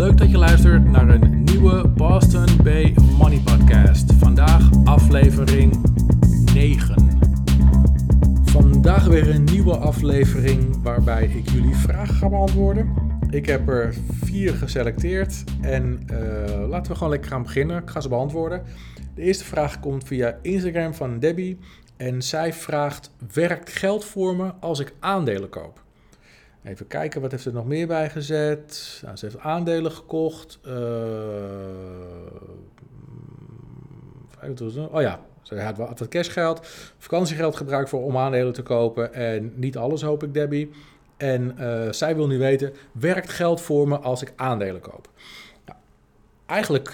Leuk dat je luistert naar een nieuwe Boston Bay Money Podcast. Vandaag aflevering 9. Vandaag weer een nieuwe aflevering waarbij ik jullie vragen ga beantwoorden. Ik heb er 4 geselecteerd en laten we gewoon lekker gaan beginnen. Ik ga ze beantwoorden. De eerste vraag komt via Instagram van Debbie en zij vraagt: werkt geld voor me als ik aandelen koop? Even kijken, wat heeft er nog meer bij gezet? Nou, ze heeft aandelen gekocht. Ze had wat cashgeld, vakantiegeld gebruikt voor om aandelen te kopen. En niet alles, hoop ik, Debbie. En zij wil nu weten, werkt geld voor me als ik aandelen koop? Nou, eigenlijk,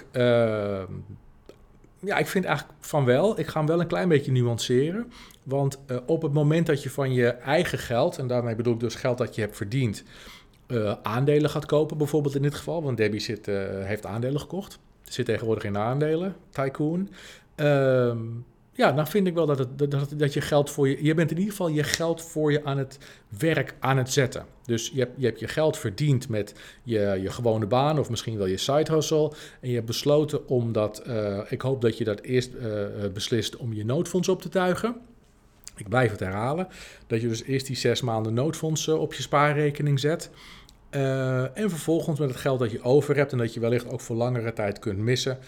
ik vind eigenlijk van wel. Ik ga hem wel een klein beetje nuanceren. Want op het moment dat je van je eigen geld, en daarmee bedoel ik dus geld dat je hebt verdiend, aandelen gaat kopen, bijvoorbeeld in dit geval, want Debbie heeft aandelen gekocht. Zit tegenwoordig in aandelen, Tycoon. Dan vind ik wel dat je geld voor je bent in ieder geval je geld voor je aan het werk aan het zetten. Dus je hebt je geld verdiend met je gewone baan of misschien wel je side hustle. En je hebt besloten ik hoop dat je dat eerst beslist om je noodfonds op te tuigen. Ik blijf het herhalen, dat je dus eerst die 6 maanden noodfondsen op je spaarrekening zet. En vervolgens met het geld dat je over hebt en dat je wellicht ook voor langere tijd kunt missen.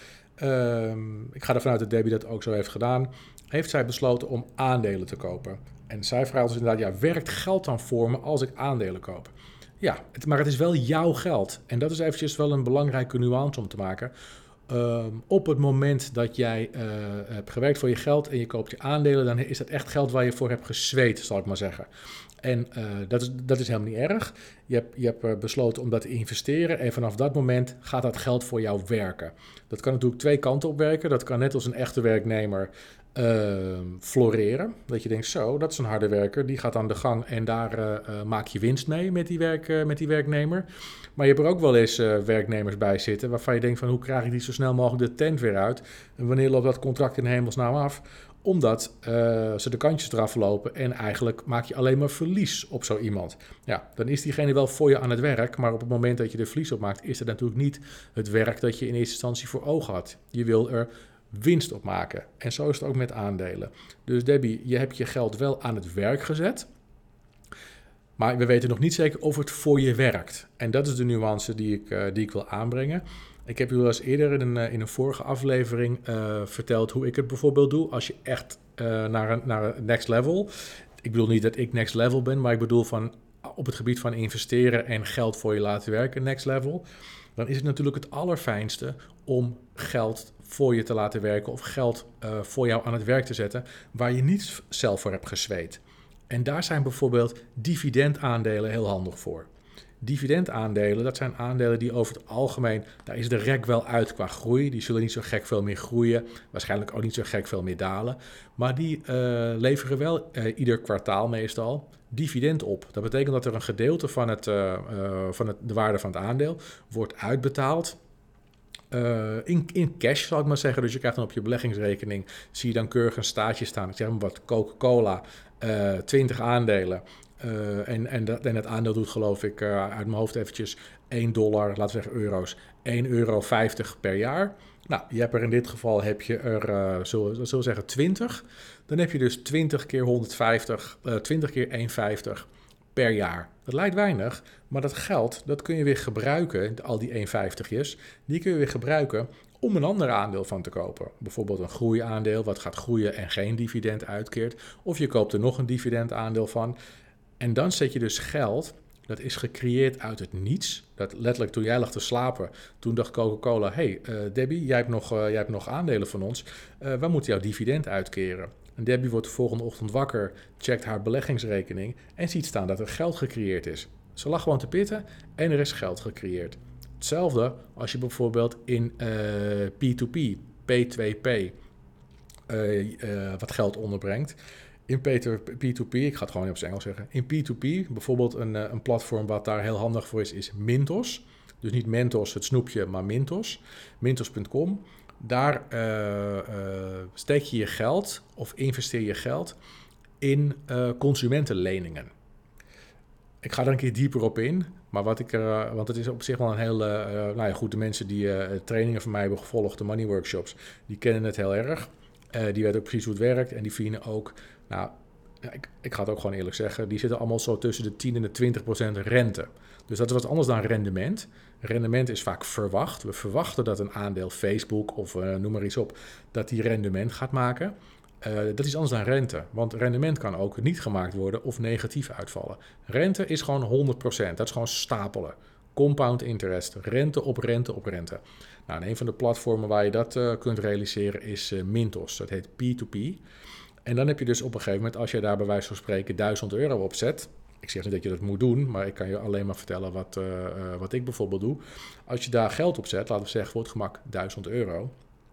Ik ga ervan uit dat Debbie dat ook zo heeft gedaan. Heeft zij besloten om aandelen te kopen. En zij vraagt dus inderdaad, werkt geld dan voor me als ik aandelen koop? Ja, maar het is wel jouw geld. En dat is eventjes wel een belangrijke nuance om te maken. Op het moment dat jij hebt gewerkt voor je geld en je koopt je aandelen, dan is dat echt geld waar je voor hebt gezweet, zal ik maar zeggen. En dat is helemaal niet erg. Je hebt besloten om dat te investeren en vanaf dat moment gaat dat geld voor jou werken. Dat kan natuurlijk 2 kanten op werken. Dat kan net als een echte werknemer floreren. Dat je denkt, zo, dat is een harde werker, die gaat aan de gang en daar maak je winst mee met die werknemer. Maar je hebt er ook wel eens werknemers bij zitten waarvan je denkt van, hoe krijg ik die zo snel mogelijk de tent weer uit? En wanneer loopt dat contract in hemelsnaam af? Omdat ze de kantjes eraf lopen en eigenlijk maak je alleen maar verlies op zo iemand. Ja, dan is diegene wel voor je aan het werk, maar op het moment dat je er verlies op maakt, is het natuurlijk niet het werk dat je in eerste instantie voor ogen had. Je wil er winst op maken. En zo is het ook met aandelen. Dus Debbie, je hebt je geld wel aan het werk gezet, maar we weten nog niet zeker of het voor je werkt. En dat is de nuance die ik wil aanbrengen. Ik heb jullie al eens eerder in een vorige aflevering verteld hoe ik het bijvoorbeeld doe als je echt naar een next level. Ik bedoel niet dat ik next level ben, maar ik bedoel van op het gebied van investeren en geld voor je laten werken next level. Dan is het natuurlijk het allerfijnste om geld voor je te laten werken of geld voor jou aan het werk te zetten waar je niet zelf voor hebt gezweet. En daar zijn bijvoorbeeld dividendaandelen heel handig voor. Dividendaandelen, dat zijn aandelen die over het algemeen, daar is de rek wel uit qua groei. Die zullen niet zo gek veel meer groeien, waarschijnlijk ook niet zo gek veel meer dalen. Maar die leveren wel ieder kwartaal meestal dividend op. Dat betekent dat er een gedeelte van de waarde van het aandeel wordt uitbetaald. In cash, zal ik maar zeggen. Dus je krijgt dan op je beleggingsrekening, zie je dan keurig een staartje staan. Ik zeg maar wat, Coca-Cola, 20 aandelen. En het aandeel doet, geloof ik, uit mijn hoofd eventjes $1, laten we zeggen euro's, €1,50 per jaar. Nou, je hebt er in dit geval, zullen we zeggen 20. Dan heb je dus 20 keer 150, 20 keer 1,50 per jaar. Dat lijkt weinig, maar dat geld, dat kun je weer gebruiken, al die 1,50'jes, die kun je weer gebruiken om een ander aandeel van te kopen. Bijvoorbeeld een groeiaandeel, wat gaat groeien en geen dividend uitkeert. Of je koopt er nog een dividendaandeel van. En dan zet je dus geld, dat is gecreëerd uit het niets. Dat letterlijk toen jij lag te slapen, toen dacht Coca-Cola, hey, Debbie, jij hebt nog aandelen van ons. We moeten jouw dividend uitkeren. En Debbie wordt de volgende ochtend wakker, checkt haar beleggingsrekening en ziet staan dat er geld gecreëerd is. Ze lag gewoon te pitten en er is geld gecreëerd. Hetzelfde als je bijvoorbeeld in P2P, P2P, wat geld onderbrengt. In P2P, ik ga het gewoon op zijn Engels zeggen. In P2P, bijvoorbeeld een platform wat daar heel handig voor is Mintos. Dus niet Mentos, het snoepje, maar Mintos. Mintos.com. Daar steek je je geld of investeer je geld in consumentenleningen. Ik ga er een keer dieper op in. Maar want het is op zich wel een heel... nou ja, goed, de mensen die trainingen van mij hebben gevolgd, de money workshops, die kennen het heel erg. Die weten ook precies hoe het werkt. En die verdienen ook... Nou, ja, ik ga het ook gewoon eerlijk zeggen. Die zitten allemaal zo tussen de 10 en de 20% rente. Dus dat is wat anders dan rendement. Rendement is vaak verwacht. We verwachten dat een aandeel Facebook of noem maar iets op, dat die rendement gaat maken. Dat is anders dan rente. Want rendement kan ook niet gemaakt worden of negatief uitvallen. Rente is gewoon 100%. Dat is gewoon stapelen. Compound interest. Rente op rente op rente. Nou, en een van de platformen waar je dat kunt realiseren is Mintos. Dat heet P2P. En dan heb je dus op een gegeven moment, als je daar bij wijze van spreken €1000 op zet. Ik zeg niet dat je dat moet doen, maar ik kan je alleen maar vertellen wat ik bijvoorbeeld doe. Als je daar geld op zet, laten we zeggen voor het gemak €1000.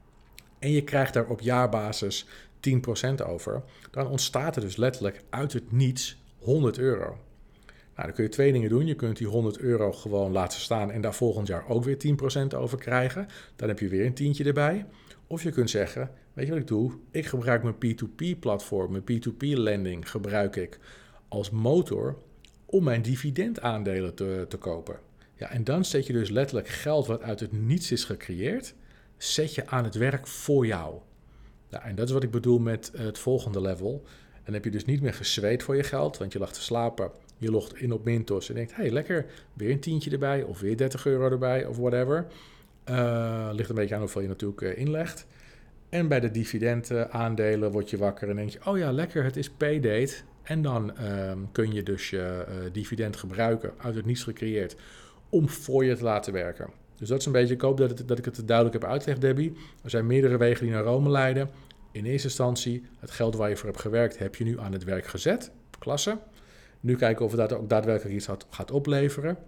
En je krijgt daar op jaarbasis 10% over. Dan ontstaat er dus letterlijk uit het niets €100. Nou, dan kun je twee dingen doen. Je kunt die €100 gewoon laten staan en daar volgend jaar ook weer 10% over krijgen. Dan heb je weer een tientje erbij. Of je kunt zeggen, weet je wat ik doe? Ik gebruik mijn P2P-platform, mijn P2P-lending gebruik ik als motor om mijn dividendaandelen te kopen. Ja, en dan zet je dus letterlijk geld wat uit het niets is gecreëerd, zet je aan het werk voor jou. Ja, en dat is wat ik bedoel met het volgende level. Dan heb je dus niet meer gezweet voor je geld, want je lag te slapen. Je logt in op Mintos en denkt, hey, lekker, weer een tientje erbij of weer €30 erbij of whatever. Ligt een beetje aan hoeveel je natuurlijk inlegt. En bij de dividendaandelen word je wakker en denk je, oh ja, lekker, het is paydate. En dan kun je dus je dividend gebruiken, uit het niets gecreëerd, om voor je te laten werken. Dus dat is een beetje, ik hoop dat ik het duidelijk heb uitgelegd, Debbie. Er zijn meerdere wegen die naar Rome leiden. In eerste instantie, het geld waar je voor hebt gewerkt, heb je nu aan het werk gezet. Klasse. Nu kijken of het ook daadwerkelijk iets gaat opleveren.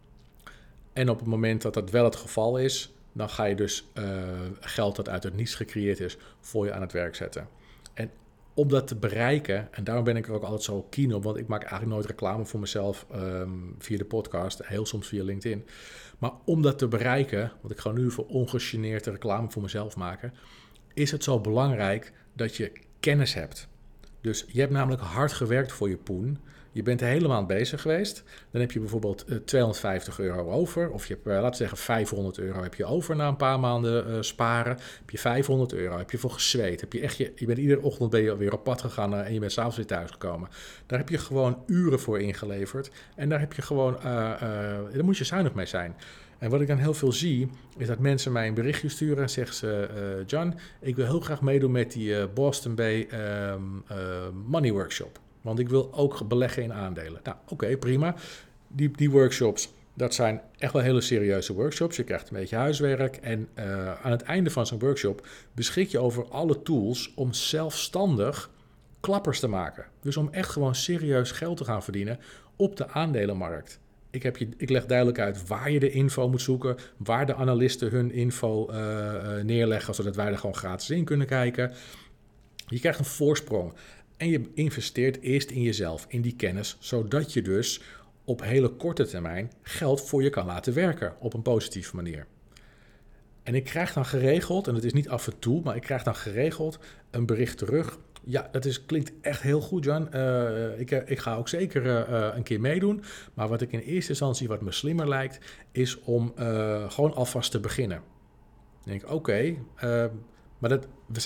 En op het moment dat dat wel het geval is, dan ga je dus geld dat uit het niets gecreëerd is, voor je aan het werk zetten. En om dat te bereiken, en daarom ben ik er ook altijd zo keen op, want ik maak eigenlijk nooit reclame voor mezelf via de podcast, heel soms via LinkedIn. Maar om dat te bereiken, want ik ga nu voor ongegeneerd reclame voor mezelf maken, is het zo belangrijk dat je kennis hebt. Dus je hebt namelijk hard gewerkt voor je poen. Je bent de hele maand bezig geweest. Dan heb je bijvoorbeeld €250 over. Of je hebt, laten we zeggen, €500 heb je over na een paar maanden sparen. Heb je €500, heb je voor gezweet. Je bent iedere ochtend weer op pad gegaan en je bent 's avonds weer thuisgekomen. Daar heb je gewoon uren voor ingeleverd. En daar heb je gewoon, daar moet je zuinig mee zijn. En wat ik dan heel veel zie, is dat mensen mij een berichtje sturen en zeggen ze, John, ik wil heel graag meedoen met die Boston Bay Money Workshop. Want ik wil ook beleggen in aandelen. Nou, oké, prima. Die workshops, dat zijn echt wel hele serieuze workshops. Je krijgt een beetje huiswerk. En aan het einde van zo'n workshop beschik je over alle tools om zelfstandig klappers te maken. Dus om echt gewoon serieus geld te gaan verdienen op de aandelenmarkt. Ik leg duidelijk uit waar je de info moet zoeken, waar de analisten hun info neerleggen, zodat wij er gewoon gratis in kunnen kijken. Je krijgt een voorsprong. En je investeert eerst in jezelf, in die kennis, zodat je dus op hele korte termijn geld voor je kan laten werken op een positieve manier. En ik krijg dan geregeld, en het is niet af en toe, maar ik krijg dan geregeld een bericht terug. Ja, klinkt echt heel goed, Jan. Ik ga ook zeker een keer meedoen. Maar wat ik in eerste instantie wat me slimmer lijkt, is om gewoon alvast te beginnen. Dan denk ik, oké, maar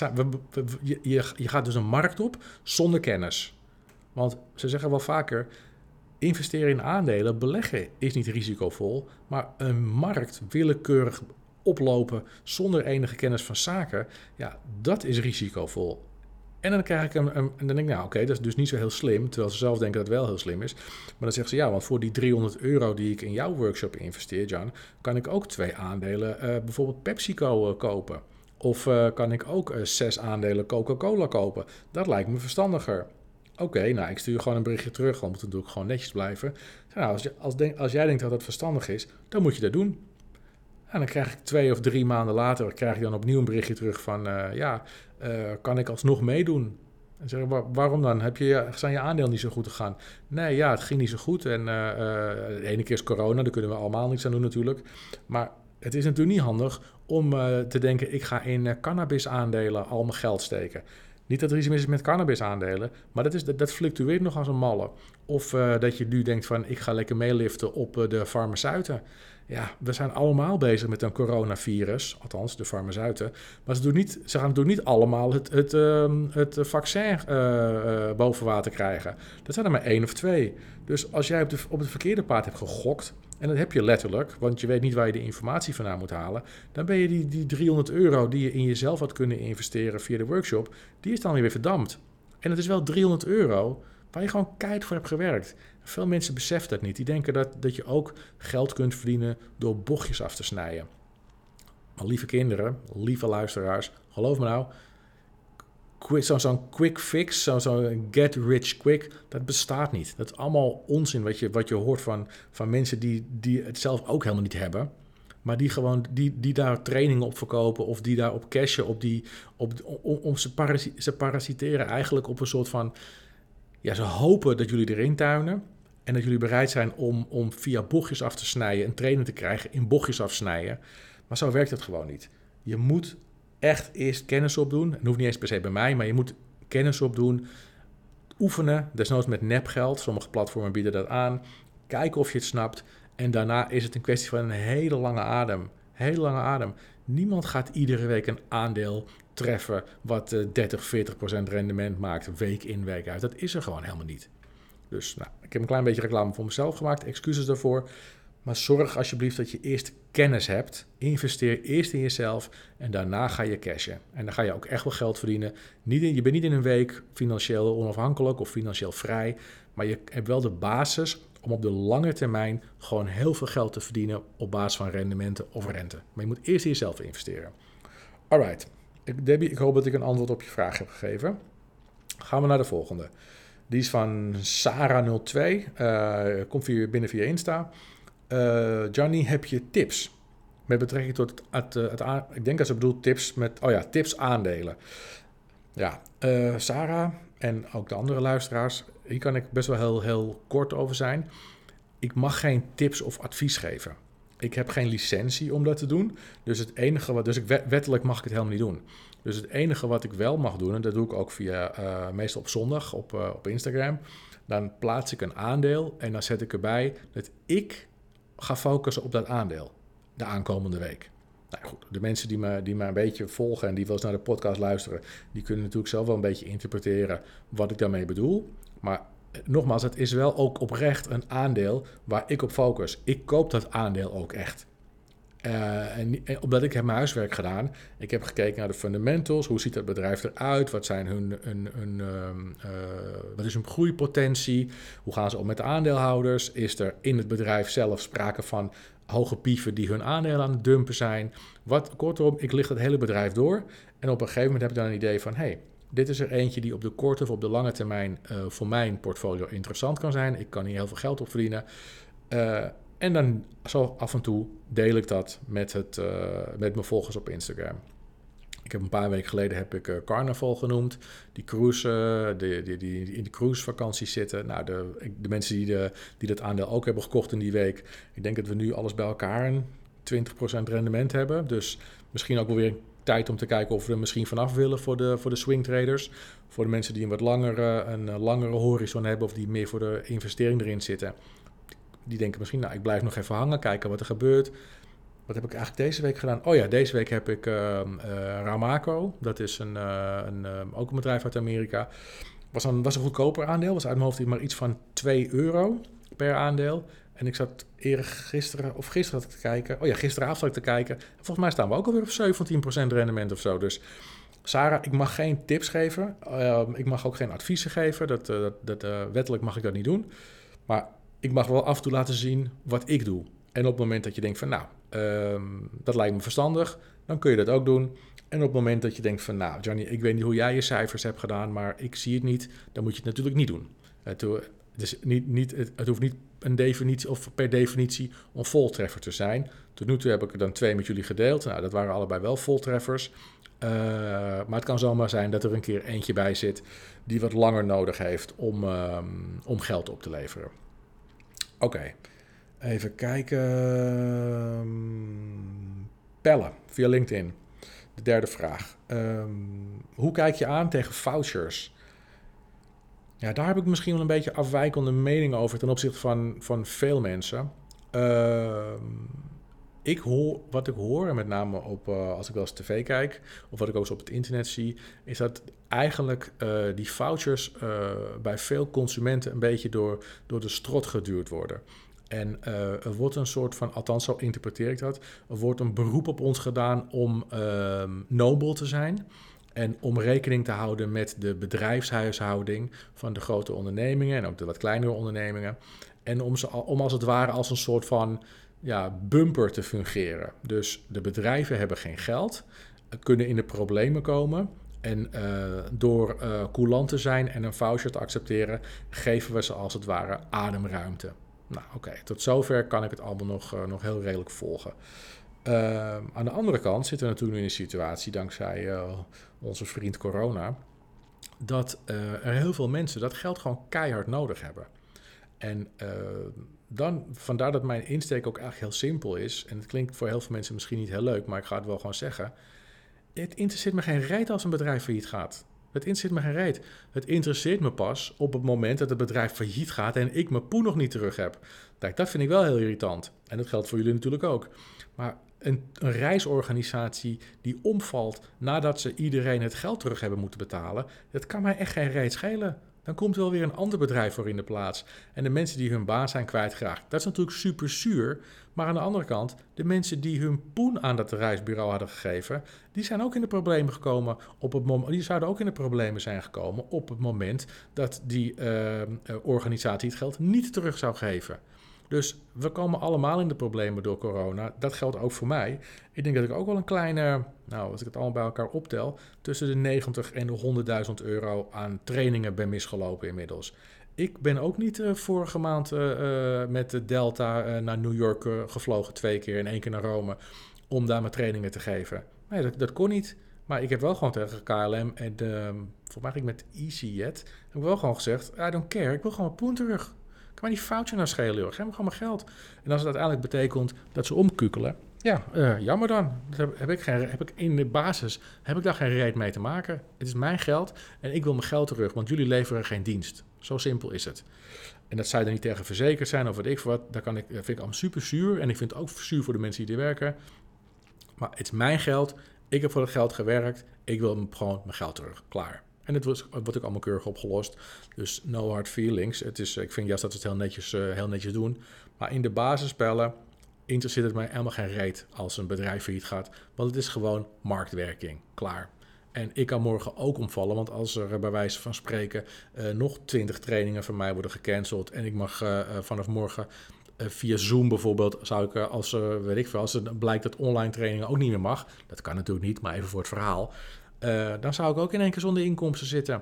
je gaat dus een markt op zonder kennis. Want ze zeggen wel vaker, investeren in aandelen, beleggen is niet risicovol, maar een markt willekeurig oplopen zonder enige kennis van zaken, ja, dat is risicovol. En dan krijg ik en dan denk ik, nou oké, dat is dus niet zo heel slim, terwijl ze zelf denken dat het wel heel slim is. Maar dan zeggen ze, ja, want voor die €300 die ik in jouw workshop investeer, Jan, kan ik ook 2 aandelen, bijvoorbeeld PepsiCo kopen. Of kan ik ook 6 aandelen Coca-Cola kopen. Dat lijkt me verstandiger. Oké, nou, ik stuur gewoon een berichtje terug, dan moet het natuurlijk gewoon netjes blijven. Nou, als jij denkt dat dat verstandig is, dan moet je dat doen. En dan krijg ik 2 of 3 maanden later krijg ik dan opnieuw een berichtje terug van, kan ik alsnog meedoen? En zeg ik, waarom dan? Zijn je aandelen niet zo goed gegaan? Nee, ja, het ging niet zo goed. En de ene keer is corona, daar kunnen we allemaal niks aan doen natuurlijk. Maar het is natuurlijk niet handig om te denken, ik ga in cannabis aandelen al mijn geld steken. Niet dat er iets mis is met cannabis-aandelen, maar dat fluctueert nog als een malle. Of dat je nu denkt van, ik ga lekker meeliften op de farmaceuten. Ja, we zijn allemaal bezig met een coronavirus, althans de farmaceuten. Maar ze gaan natuurlijk niet allemaal het vaccin boven water krijgen. Dat zijn er maar 1 of 2. Dus als jij op het verkeerde paard hebt gegokt, en dat heb je letterlijk, want je weet niet waar je de informatie vandaan moet halen, dan ben je die €300 die je in jezelf had kunnen investeren via de workshop, die is dan weer verdampt. En het is wel €300 waar je gewoon keihard voor hebt gewerkt. Veel mensen beseffen dat niet. Die denken dat je ook geld kunt verdienen door bochtjes af te snijden. Maar lieve kinderen, lieve luisteraars, geloof me nou, zo'n quick fix, zo'n get rich quick, dat bestaat niet. Dat is allemaal onzin wat je hoort van mensen die het zelf ook helemaal niet hebben. Maar die daar trainingen op verkopen of die daar op cashen, ze parasiteren eigenlijk op een soort van, ja, ze hopen dat jullie erin tuinen en dat jullie bereid zijn om via bochtjes af te snijden, een training te krijgen in bochtjes afsnijden. Maar zo werkt het gewoon niet. Je moet echt eerst kennis opdoen. Het hoeft niet eens per se bij mij, maar je moet kennis opdoen. Oefenen, desnoods met nepgeld. Sommige platformen bieden dat aan. Kijken of je het snapt. En daarna is het een kwestie van een hele lange adem. Hele lange adem. Niemand gaat iedere week een aandeel treffen wat 30-40% rendement maakt, week in, week uit. Dat is er gewoon helemaal niet. Dus ik heb een klein beetje reclame voor mezelf gemaakt. Excuses daarvoor. Maar zorg alsjeblieft dat je eerst kennis hebt. Investeer eerst in jezelf en daarna ga je cashen. En dan ga je ook echt wel geld verdienen. Je bent niet in een week financieel onafhankelijk of financieel vrij. Maar je hebt wel de basis om op de lange termijn gewoon heel veel geld te verdienen op basis van rendementen of rente. Maar je moet eerst in jezelf investeren. Alright. Debbie, ik hoop dat ik een antwoord op je vraag heb gegeven. Gaan we naar de volgende. Die is van Sarah02. Komt binnen via Insta. Johnny, heb je tips met betrekking tot ik denk dat ze bedoelt tips tips aandelen. Ja, Sarah en ook de andere luisteraars, hier kan ik best wel heel, heel kort over zijn. Ik mag geen tips of advies geven. Ik heb geen licentie om dat te doen. Dus wettelijk mag ik het helemaal niet doen. Dus het enige wat ik wel mag doen, en dat doe ik ook via meestal op zondag op Instagram, dan plaats ik een aandeel en dan zet ik erbij dat ik ga focussen op dat aandeel de aankomende week. Nou goed, de mensen die me een beetje volgen en die wel eens naar de podcast luisteren, die kunnen natuurlijk zelf wel een beetje interpreteren wat ik daarmee bedoel. Maar nogmaals, het is wel ook oprecht een aandeel waar ik op focus. Ik koop dat aandeel ook echt. Omdat ik heb mijn huiswerk gedaan. Ik heb gekeken naar de fundamentals. Hoe ziet het bedrijf eruit? Wat zijn wat is hun groeipotentie? Hoe gaan ze om met de aandeelhouders? Is er in het bedrijf zelf sprake van hoge pieven die hun aandelen aan het dumpen zijn? Kortom, ik licht het hele bedrijf door. En op een gegeven moment heb ik dan een idee van, dit is er eentje die op de korte of op de lange termijn voor mijn portfolio interessant kan zijn. Ik kan hier heel veel geld op verdienen. En dan zo af en toe deel ik dat met mijn volgers op Instagram. Ik heb een paar weken geleden Carnival genoemd. Die cruise, die in de cruisevakantie zitten. Nou, de mensen die dat aandeel ook hebben gekocht in die week. Ik denk dat we nu alles bij elkaar een 20% rendement hebben. Dus misschien ook wel weer tijd om te kijken of we er misschien vanaf willen voor de swing traders. Voor de mensen die een langere horizon hebben of die meer voor de investering erin zitten. Die denken misschien, ik blijf nog even hangen, kijken wat er gebeurt. Wat heb ik eigenlijk deze week gedaan? Oh ja, deze week heb ik Ramaco. Dat is ook een bedrijf uit Amerika. Was een goedkoper aandeel. Was uit mijn hoofd maar iets van €2 per aandeel. En ik zat gisteren had ik te kijken. Oh ja, gisteravond had ik te kijken. Volgens mij staan we ook alweer op 17% rendement of zo. Dus Sarah, ik mag geen tips geven. Ik mag ook geen adviezen geven. Wettelijk mag ik dat niet doen. Maar ik mag wel af en toe laten zien wat ik doe. En op het moment dat je denkt van dat lijkt me verstandig, dan kun je dat ook doen. En op het moment dat je denkt van Johnny, ik weet niet hoe jij je cijfers hebt gedaan, maar ik zie het niet, dan moet je het natuurlijk niet doen. Het hoeft niet een definitie of per definitie een voltreffer te zijn. Tot nu toe heb ik er dan 2 met jullie gedeeld. Dat waren allebei wel voltreffers. Maar het kan zomaar zijn dat er een keer eentje bij zit die wat langer nodig heeft om geld op te leveren. Oké. Even kijken. Pelle, via LinkedIn. derde vraag. Hoe kijk je aan tegen vouchers? Ja, daar heb ik misschien wel een beetje afwijkende meningen over ten opzichte van veel mensen. Wat ik hoor, en met name als ik wel eens tv kijk, of wat ik ook eens op het internet zie, is dat eigenlijk die vouchers bij veel consumenten een beetje door de strot geduwd worden. En er wordt een soort van, althans zo interpreteer ik dat, er wordt een beroep op ons gedaan om nobel te zijn. En om rekening te houden met de bedrijfshuishouding van de grote ondernemingen en ook de wat kleinere ondernemingen. En om als het ware als een soort van bumper te fungeren. Dus de bedrijven hebben geen geld, kunnen in de problemen komen. En door coulant te zijn en een voucher te accepteren, geven we ze als het ware ademruimte. Nou oké, tot zover kan ik het allemaal nog heel redelijk volgen. Aan de andere kant zitten we natuurlijk nu in een situatie, dankzij onze vriend corona, dat er heel veel mensen dat geld gewoon keihard nodig hebben. En vandaar dat mijn insteek ook eigenlijk heel simpel is. En het klinkt voor heel veel mensen misschien niet heel leuk, maar ik ga het wel gewoon zeggen. Het interesseert me geen reet als een bedrijf failliet gaat. Het interesseert me geen reet. Het interesseert me pas op het moment dat het bedrijf failliet gaat en ik mijn poen nog niet terug heb. Kijk, dat vind ik wel heel irritant. En dat geldt voor jullie natuurlijk ook. Maar een reisorganisatie die omvalt nadat ze iedereen het geld terug hebben moeten betalen, dat kan mij echt geen reet schelen. Dan komt wel weer een ander bedrijf voor in de plaats. En de mensen die hun baan zijn kwijtgeraakt, dat is natuurlijk super zuur. Maar aan de andere kant, de mensen die hun poen aan dat reisbureau hadden gegeven, die zijn ook in de problemen gekomen die zouden ook in de problemen zijn gekomen op het moment dat die organisatie het geld niet terug zou geven. Dus we komen allemaal in de problemen door corona. Dat geldt ook voor mij. Ik denk dat ik ook wel een kleine, als ik het allemaal bij elkaar optel, tussen de 90 en de 100.000 euro aan trainingen ben misgelopen inmiddels. Ik ben ook niet vorige maand met de Delta naar New York gevlogen 2 keer en 1 keer naar Rome om daar mijn trainingen te geven. Nee, dat kon niet. Maar ik heb wel gewoon tegen KLM en volgens mij ging ik met EasyJet, heb ik wel gewoon gezegd, I don't care, ik wil gewoon mijn poen terug. Kan mij die foutje nou schelen, joh. Geef me gewoon mijn geld. En als het uiteindelijk betekent dat ze omkukelen, jammer dan. Heb ik in de basis daar geen reet mee te maken. Het is mijn geld en ik wil mijn geld terug, want jullie leveren geen dienst. Zo simpel is het. En dat zou je er niet tegen verzekerd zijn of wat. Dat vind ik allemaal super zuur. En ik vind het ook zuur voor de mensen die er werken. Maar het is mijn geld. Ik heb voor dat geld gewerkt. Ik wil gewoon mijn geld terug. Klaar. En het wordt ook allemaal keurig opgelost. Dus no hard feelings. Ik vind juist dat ze het heel netjes doen. Maar in de basisspellen interesseert het mij helemaal geen reet als een bedrijf failliet gaat. Want het is gewoon marktwerking. Klaar. En ik kan morgen ook omvallen. Want als er bij wijze van spreken nog 20 trainingen van mij worden gecanceld. En ik mag vanaf morgen via Zoom bijvoorbeeld, zou ik als het blijkt dat online trainingen ook niet meer mag. Dat kan natuurlijk niet, maar even voor het verhaal. Dan zou ik ook in één keer zonder inkomsten zitten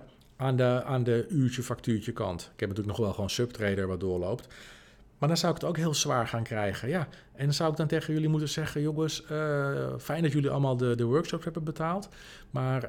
aan de uurtje-factuurtje kant. Ik heb natuurlijk nog wel gewoon Subtrader wat doorloopt. Maar dan zou ik het ook heel zwaar gaan krijgen. Ja. En dan zou ik dan tegen jullie moeten zeggen, jongens, fijn dat jullie allemaal de workshops hebben betaald. Maar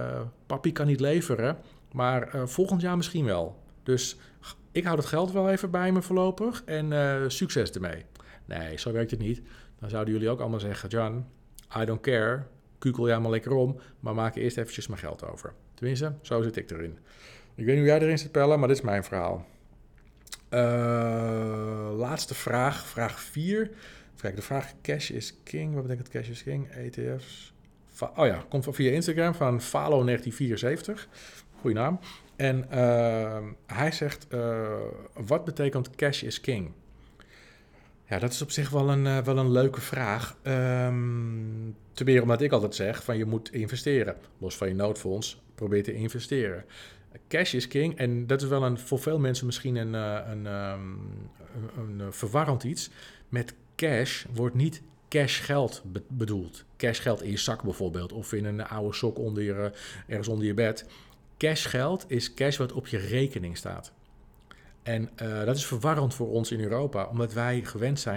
papi kan niet leveren, maar volgend jaar misschien wel. Dus ik hou het geld wel even bij me voorlopig en succes ermee. Nee, zo werkt het niet. Dan zouden jullie ook allemaal zeggen, John, I don't care. Kukel jij maar lekker om, maar maak eerst eventjes mijn geld over. Tenminste, zo zit ik erin. Ik weet niet hoe jij erin zit, Pelle, maar dit is mijn verhaal. Laatste vraag, vraag 4. Kijk, de vraag cash is king. Wat betekent cash is king? ETF's. Komt via Instagram van Falo1974. Goeie naam. En hij zegt, wat betekent cash is king? Ja, dat is op zich wel een leuke vraag. Ten meer omdat ik altijd zeg van je moet investeren. Los van je noodfonds, probeer te investeren. Cash is king en dat is wel voor veel mensen misschien een verwarrend iets. Met cash wordt niet cash geld bedoeld. Cash geld in je zak bijvoorbeeld of in een oude sok ergens onder je bed. Cash geld is cash wat op je rekening staat. En dat is verwarrend voor ons in Europa, omdat wij gewend zijn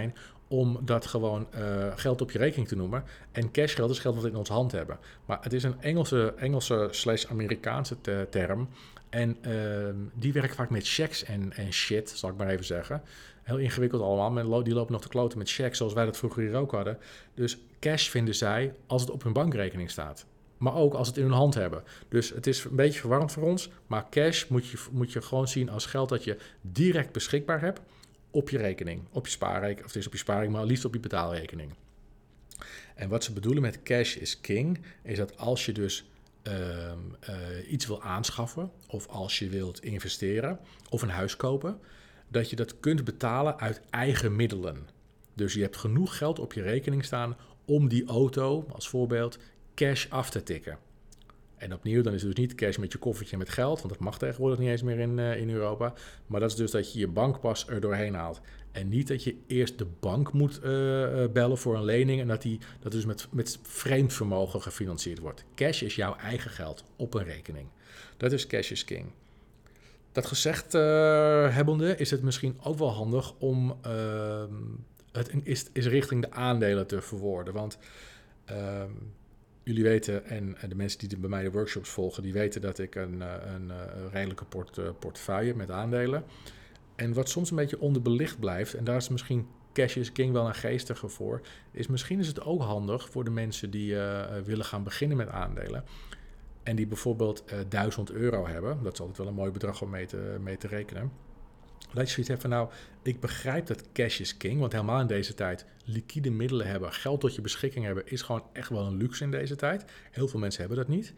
om dat gewoon geld op je rekening te noemen. En cashgeld is geld wat we in onze hand hebben. Maar het is een Engelse/Amerikaanse term. En die werken vaak met checks en shit, zal ik maar even zeggen. Heel ingewikkeld allemaal. Maar die lopen nog te kloten met checks, zoals wij dat vroeger hier ook hadden. Dus cash vinden zij als het op hun bankrekening staat. Maar ook als het in hun hand hebben. Dus het is een beetje verwarrend voor ons. Maar cash moet je gewoon zien als geld dat je direct beschikbaar hebt op je rekening. Op je spaarrekening, of het is op je spaarrekening, maar liefst op je betaalrekening. En wat ze bedoelen met cash is king, is dat als je dus iets wil aanschaffen, of als je wilt investeren, of een huis kopen, dat je dat kunt betalen uit eigen middelen. Dus je hebt genoeg geld op je rekening staan om die auto, als voorbeeld, cash af te tikken. En opnieuw, dan is het dus niet cash met je koffertje met geld, want dat mag tegenwoordig niet eens meer in Europa. Maar dat is dus dat je je bankpas er doorheen haalt. En niet dat je eerst de bank moet bellen voor een lening en dat dus met vreemd vermogen gefinancierd wordt. Cash is jouw eigen geld op een rekening. Dat is cash is king. Dat gezegd hebbende is het misschien ook wel handig om het is richting de aandelen te verwoorden. Want jullie weten, en de mensen die bij mij de workshops volgen, die weten dat ik een redelijke portefeuille heb met aandelen. En wat soms een beetje onderbelicht blijft, en daar is misschien cash is king wel een geestige voor, misschien is het ook handig voor de mensen die willen gaan beginnen met aandelen. En die bijvoorbeeld €1000 hebben. Dat is altijd wel een mooi bedrag om mee te rekenen. Dat je zoiets hebt van nou, ik begrijp dat cash is king. Want helemaal in deze tijd liquide middelen hebben, geld tot je beschikking hebben, is gewoon echt wel een luxe in deze tijd. Heel veel mensen hebben dat niet.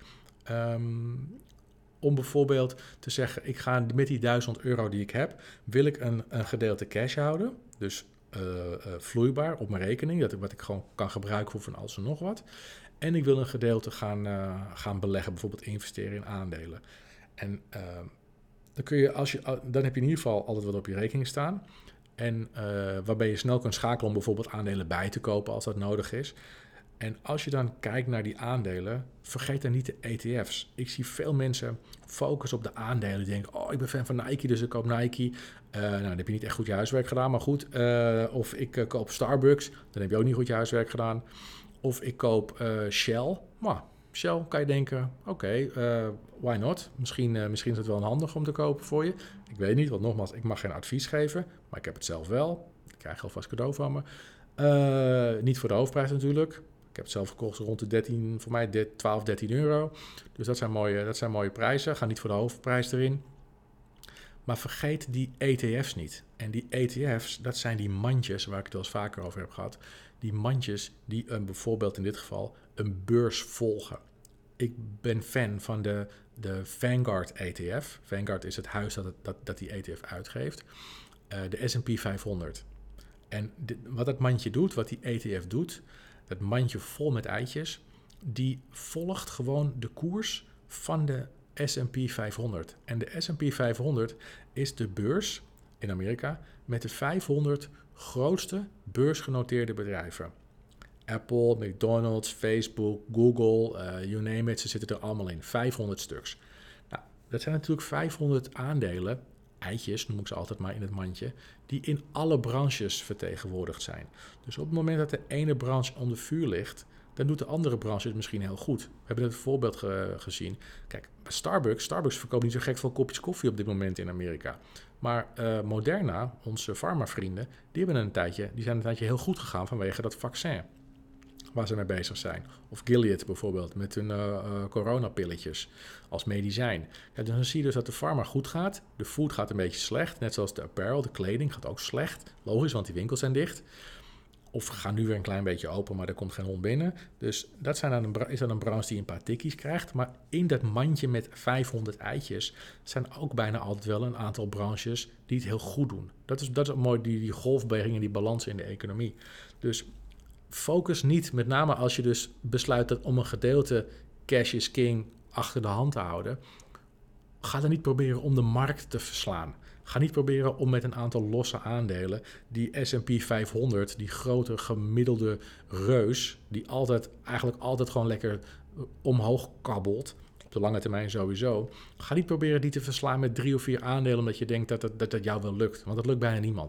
Om bijvoorbeeld te zeggen, ik ga met die €1000 die ik heb, wil ik een gedeelte cash houden. Dus vloeibaar op mijn rekening, wat ik gewoon kan gebruiken voor van alles en nog wat. En ik wil een gedeelte gaan beleggen, bijvoorbeeld investeren in aandelen. En dan heb je in ieder geval altijd wat op je rekening staan. En waarbij je snel kunt schakelen om bijvoorbeeld aandelen bij te kopen als dat nodig is. En als je dan kijkt naar die aandelen, vergeet dan niet de ETF's. Ik zie veel mensen focussen op de aandelen. Die denken, ik ben fan van Nike, dus ik koop Nike. Nou, dan heb je niet echt goed je huiswerk gedaan, maar goed. Of ik koop Starbucks, dan heb je ook niet goed je huiswerk gedaan. Of ik koop Shell. Maar Shell kan je denken, oké, why not? Misschien is het wel handig om te kopen voor je. Ik weet niet, want nogmaals, ik mag geen advies geven. Maar ik heb het zelf wel. Ik krijg alvast cadeau van me. Niet voor de hoofdprijs natuurlijk. Ik heb het zelf gekocht rond de 12, 13 euro. Dus dat zijn mooie prijzen. Ga niet voor de hoofdprijs erin. Maar vergeet die ETF's niet. En die ETF's, dat zijn die mandjes waar ik het wel eens vaker over heb gehad. Die mandjes die bijvoorbeeld in dit geval een beurs volgen. Ik ben fan van de Vanguard ETF. Vanguard is het huis dat die ETF uitgeeft. De S&P 500. En wat dat mandje doet, wat die ETF doet, dat mandje vol met eitjes, die volgt gewoon de koers van de S&P 500. En de S&P 500 is de beurs in Amerika met de 500 grootste beursgenoteerde bedrijven. Apple, McDonald's, Facebook, Google, you name it, ze zitten er allemaal in. 500 stuks. Nou, dat zijn natuurlijk 500 aandelen, eitjes noem ik ze altijd maar in het mandje, die in alle branches vertegenwoordigd zijn. Dus op het moment dat de ene branche onder vuur ligt, dan doet de andere branche het misschien heel goed. We hebben het voorbeeld gezien. Kijk, bij Starbucks verkoopt niet zo gek veel kopjes koffie op dit moment in Amerika. Maar Moderna, onze farmavrienden, die zijn een tijdje heel goed gegaan vanwege dat vaccin waar ze mee bezig zijn. Of Gilead bijvoorbeeld, met hun coronapilletjes als medicijn. Ja, dan zie je dus dat de pharma goed gaat. De food gaat een beetje slecht. Net zoals de apparel, de kleding gaat ook slecht. Logisch, want die winkels zijn dicht. Of gaan nu weer een klein beetje open, maar er komt geen hond binnen. Dus dat is dan een branche die een paar tikkies krijgt. Maar in dat mandje met 500 eitjes zijn ook bijna altijd wel een aantal branches die het heel goed doen. Dat is mooi, die golfbeweging en die balans in de economie. Dus focus niet, met name als je dus besluit om een gedeelte cash is king achter de hand te houden. Ga dan niet proberen om de markt te verslaan. Ga niet proberen om met een aantal losse aandelen die S&P 500, die grote gemiddelde reus, die eigenlijk altijd gewoon lekker omhoog kabbelt, op de lange termijn sowieso. Ga niet proberen die te verslaan met 3 of 4 aandelen omdat je denkt dat jou wel lukt. Want dat lukt bijna niemand.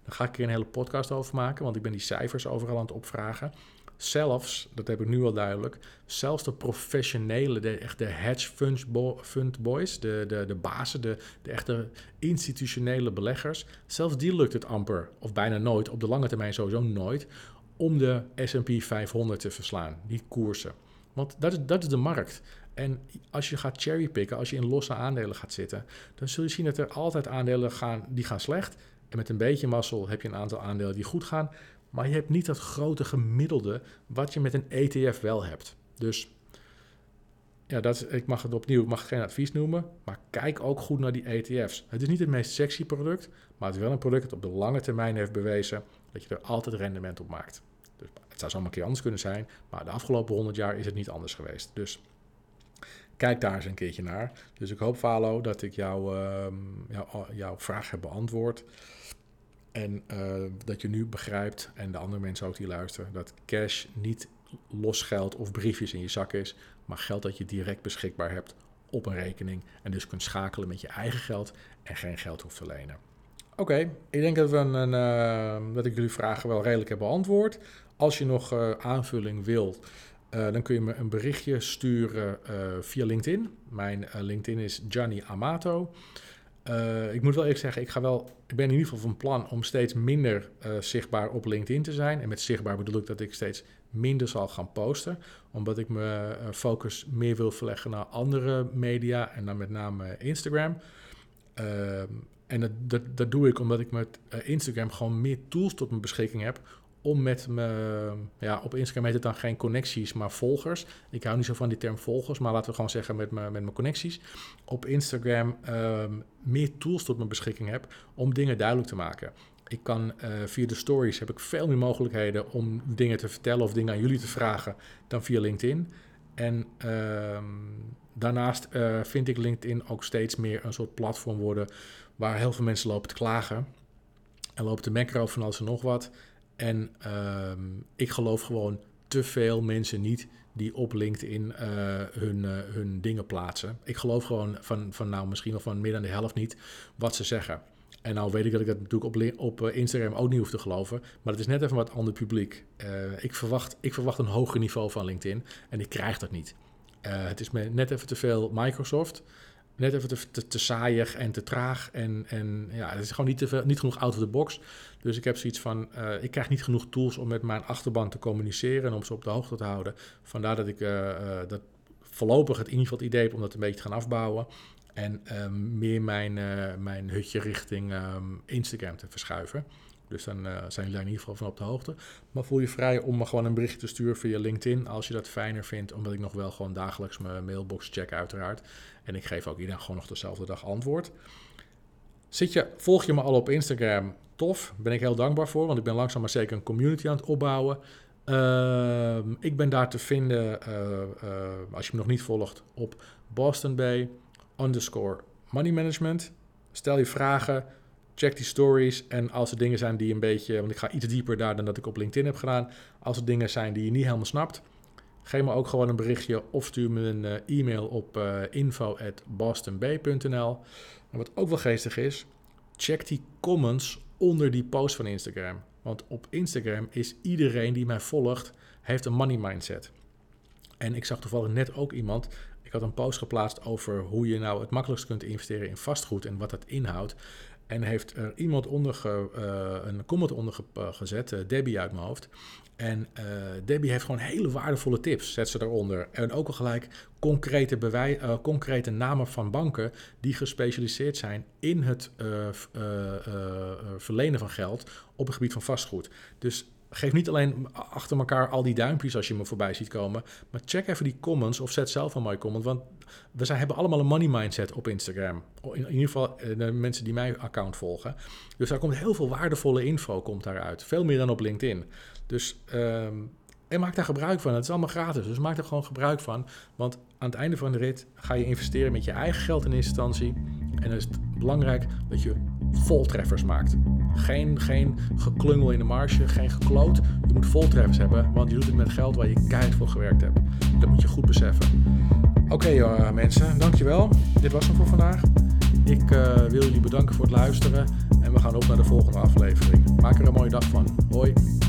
Daar ga ik een keer een hele podcast over maken, want ik ben die cijfers overal aan het opvragen. Zelfs, dat heb ik nu al duidelijk, zelfs de professionele, de echte hedge fund boys, de bazen, de echte institutionele beleggers, zelfs die lukt het amper, of bijna nooit, op de lange termijn sowieso nooit, om de S&P 500 te verslaan, die koersen. Want dat is de markt. En als je gaat cherrypicken, als je in losse aandelen gaat zitten, dan zul je zien dat er altijd aandelen gaan slecht. En met een beetje mazzel heb je een aantal aandelen die goed gaan. Maar je hebt niet dat grote gemiddelde wat je met een ETF wel hebt. Dus ja, ik mag geen advies noemen, maar kijk ook goed naar die ETF's. Het is niet het meest sexy product, maar het is wel een product dat op de lange termijn heeft bewezen dat je er altijd rendement op maakt. Dus het zou zomaar een keer anders kunnen zijn, maar de afgelopen 100 jaar is het niet anders geweest. Dus kijk daar eens een keertje naar. Dus ik hoop, Valo, dat ik jouw vraag heb beantwoord. En dat je nu begrijpt, en de andere mensen ook die luisteren, dat cash niet los geld of briefjes in je zak is, maar geld dat je direct beschikbaar hebt op een rekening en dus kunt schakelen met je eigen geld en geen geld hoeft te lenen. Oké, ik denk dat ik jullie vragen wel redelijk heb beantwoord. Als je nog aanvulling wilt, dan kun je me een berichtje sturen via LinkedIn. Mijn LinkedIn is Gianni Amato. Ik moet wel eerlijk zeggen, ik ben in ieder geval van plan om steeds minder zichtbaar op LinkedIn te zijn. En met zichtbaar bedoel ik dat ik steeds minder zal gaan posten. Omdat ik mijn focus meer wil verleggen naar andere media en dan met name Instagram. En dat doe ik omdat ik met Instagram gewoon meer tools tot mijn beschikking heb om met op Instagram heet het dan geen connecties, maar volgers. Ik hou niet zo van die term volgers, maar laten we gewoon zeggen met mijn connecties. Op Instagram meer tools tot mijn beschikking heb om dingen duidelijk te maken. Ik kan via de stories heb ik veel meer mogelijkheden om dingen te vertellen of dingen aan jullie te vragen dan via LinkedIn. En daarnaast vind ik LinkedIn ook steeds meer een soort platform worden waar heel veel mensen lopen te klagen en lopen te mekkeren over van alles en nog wat. En ik geloof gewoon te veel mensen niet die op LinkedIn hun dingen plaatsen. Ik geloof gewoon van misschien wel van meer dan de helft niet wat ze zeggen. En nou weet ik dat ik dat natuurlijk op Instagram ook niet hoef te geloven. Maar het is net even wat ander publiek. Ik verwacht een hoger niveau van LinkedIn en ik krijg dat niet. Het is me net even te veel Microsoft. Net even te saaiig en te traag. En het is gewoon niet genoeg out of the box. Dus ik heb zoiets van, ik krijg niet genoeg tools om met mijn achterban te communiceren en om ze op de hoogte te houden. Vandaar dat ik dat voorlopig in ieder geval het idee heb om dat een beetje te gaan afbouwen. En meer mijn hutje richting Instagram te verschuiven. Dus dan zijn jullie daar in ieder geval van op de hoogte. Maar voel je vrij om me gewoon een berichtje te sturen via LinkedIn als je dat fijner vindt. Omdat ik nog wel gewoon dagelijks mijn mailbox check uiteraard. En ik geef ook iedereen gewoon nog dezelfde dag antwoord. Volg je me al op Instagram? Tof, ben ik heel dankbaar voor. Want ik ben langzaam maar zeker een community aan het opbouwen. Ik ben daar te vinden, als je me nog niet volgt, op BostonBay_money management. Stel je vragen. Check die stories en als er dingen zijn die een beetje, want ik ga iets dieper daar dan dat ik op LinkedIn heb gedaan. Als er dingen zijn die je niet helemaal snapt, geef me ook gewoon een berichtje of stuur me een e-mail op info@bostonbay.nl. En wat ook wel geestig is, check die comments onder die post van Instagram. Want op Instagram is iedereen die mij volgt, heeft een money mindset. En ik zag toevallig net ook iemand, ik had een post geplaatst over hoe je nou het makkelijkst kunt investeren in vastgoed en wat dat inhoudt. En heeft er iemand een comment onder gezet, Debbie uit mijn hoofd. En Debbie heeft gewoon hele waardevolle tips, zet ze daaronder. En ook al gelijk concrete namen van banken die gespecialiseerd zijn in het verlenen van geld op het gebied van vastgoed. Dus geef niet alleen achter elkaar al die duimpjes als je me voorbij ziet komen, maar check even die comments of zet zelf een mooie comment, want we hebben allemaal een money mindset op Instagram. In ieder geval de mensen die mijn account volgen. Dus daar komt heel veel waardevolle info daaruit. Veel meer dan op LinkedIn. Dus en maak daar gebruik van. Het is allemaal gratis, dus maak er gewoon gebruik van. Want aan het einde van de rit ga je investeren met je eigen geld in eerste instantie. En dan is het belangrijk dat je voltreffers maakt. Geen geklungel in de marge, geen gekloot. Je moet voltreffers hebben, want je doet het met geld waar je keihard voor gewerkt hebt. Dat moet je goed beseffen. Oké, mensen, dankjewel. Dit was hem voor vandaag. Ik wil jullie bedanken voor het luisteren. En we gaan op naar de volgende aflevering. Maak er een mooie dag van. Hoi.